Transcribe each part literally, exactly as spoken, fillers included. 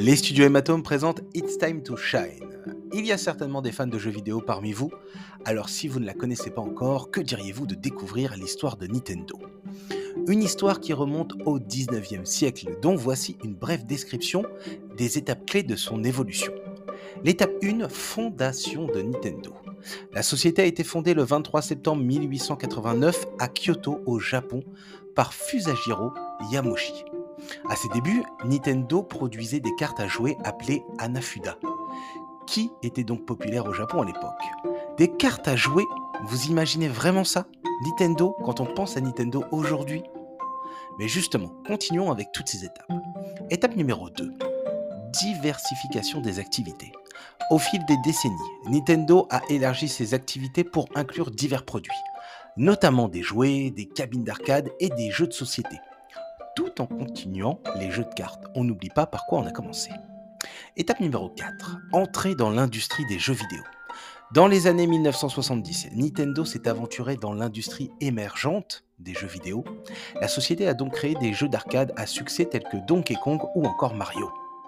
Les studios Hématome présentent It's Time to Shine. Il y a certainement des fans de jeux vidéo parmi vous, alors si vous ne la connaissez pas encore, que diriez-vous de découvrir l'histoire de Nintendo ? Une histoire qui remonte au dix-neuvième siècle, dont voici une brève description des étapes clés de son évolution. L'étape un, fondation de Nintendo. La société a été fondée le vingt-trois septembre mille huit cent quatre-vingt-neuf à Kyoto, au Japon, par Fusajiro Yamauchi. À ses débuts, Nintendo produisait des cartes à jouer appelées Hanafuda, qui étaient donc populaires au Japon à l'époque. Des cartes à jouer, vous imaginez vraiment ça ? Nintendo, quand on pense à Nintendo aujourd'hui ? Mais justement, continuons avec toutes ces étapes. Étape numéro deux, diversification des activités. Au fil des décennies, Nintendo a élargi ses activités pour inclure divers produits, notamment des jouets, des cabines d'arcade et des jeux de société, tout en continuant les jeux de cartes. On n'oublie pas par quoi on a commencé. Étape numéro quatre, entrée dans l'industrie des jeux vidéo. Dans les années mille neuf cent soixante-dix, Nintendo s'est aventuré dans l'industrie émergente des jeux vidéo. La société a donc créé des jeux d'arcade à succès tels que Donkey Kong ou encore Mario.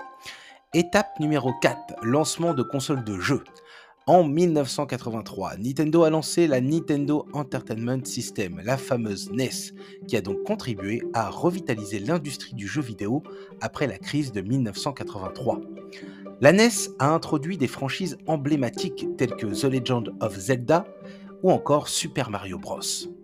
Étape numéro quatre, lancement de consoles de jeux. En mille neuf cent quatre-vingt-trois, Nintendo a lancé la Nintendo Entertainment System, la fameuse N E S, qui a donc contribué à revitaliser l'industrie du jeu vidéo après la crise de mille neuf cent quatre-vingt-trois. La N E S a introduit des franchises emblématiques telles que The Legend of Zelda ou encore Super Mario Bros.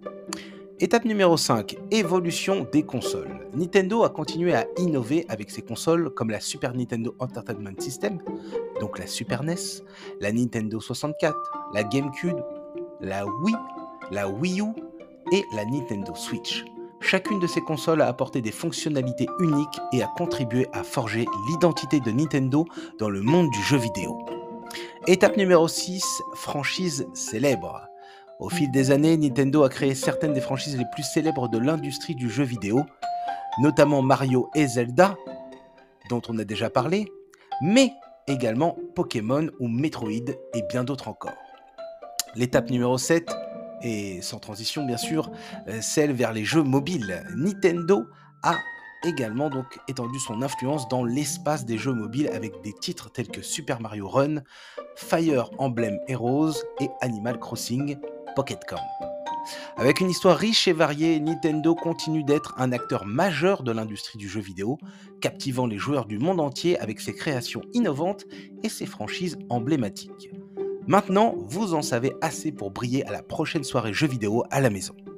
Étape numéro cinq, évolution des consoles. Nintendo a continué à innover avec ses consoles comme la Super Nintendo Entertainment System, donc la Super N E S, la Nintendo soixante-quatre, la GameCube, la Wii, la Wii U et la Nintendo Switch. Chacune de ces consoles a apporté des fonctionnalités uniques et a contribué à forger l'identité de Nintendo dans le monde du jeu vidéo. Étape numéro six, franchise célèbre. Au fil des années, Nintendo a créé certaines des franchises les plus célèbres de l'industrie du jeu vidéo, notamment Mario et Zelda, dont on a déjà parlé, mais également Pokémon ou Metroid et bien d'autres encore. L'étape numéro sept, et sans transition bien sûr, celle vers les jeux mobiles. Nintendo a également donc étendu son influence dans l'espace des jeux mobiles avec des titres tels que Super Mario Run, Fire Emblem Heroes et Animal Crossing Pocket Camp. Avec une histoire riche et variée, Nintendo continue d'être un acteur majeur de l'industrie du jeu vidéo, captivant les joueurs du monde entier avec ses créations innovantes et ses franchises emblématiques. Maintenant, vous en savez assez pour briller à la prochaine soirée jeux vidéo à la maison.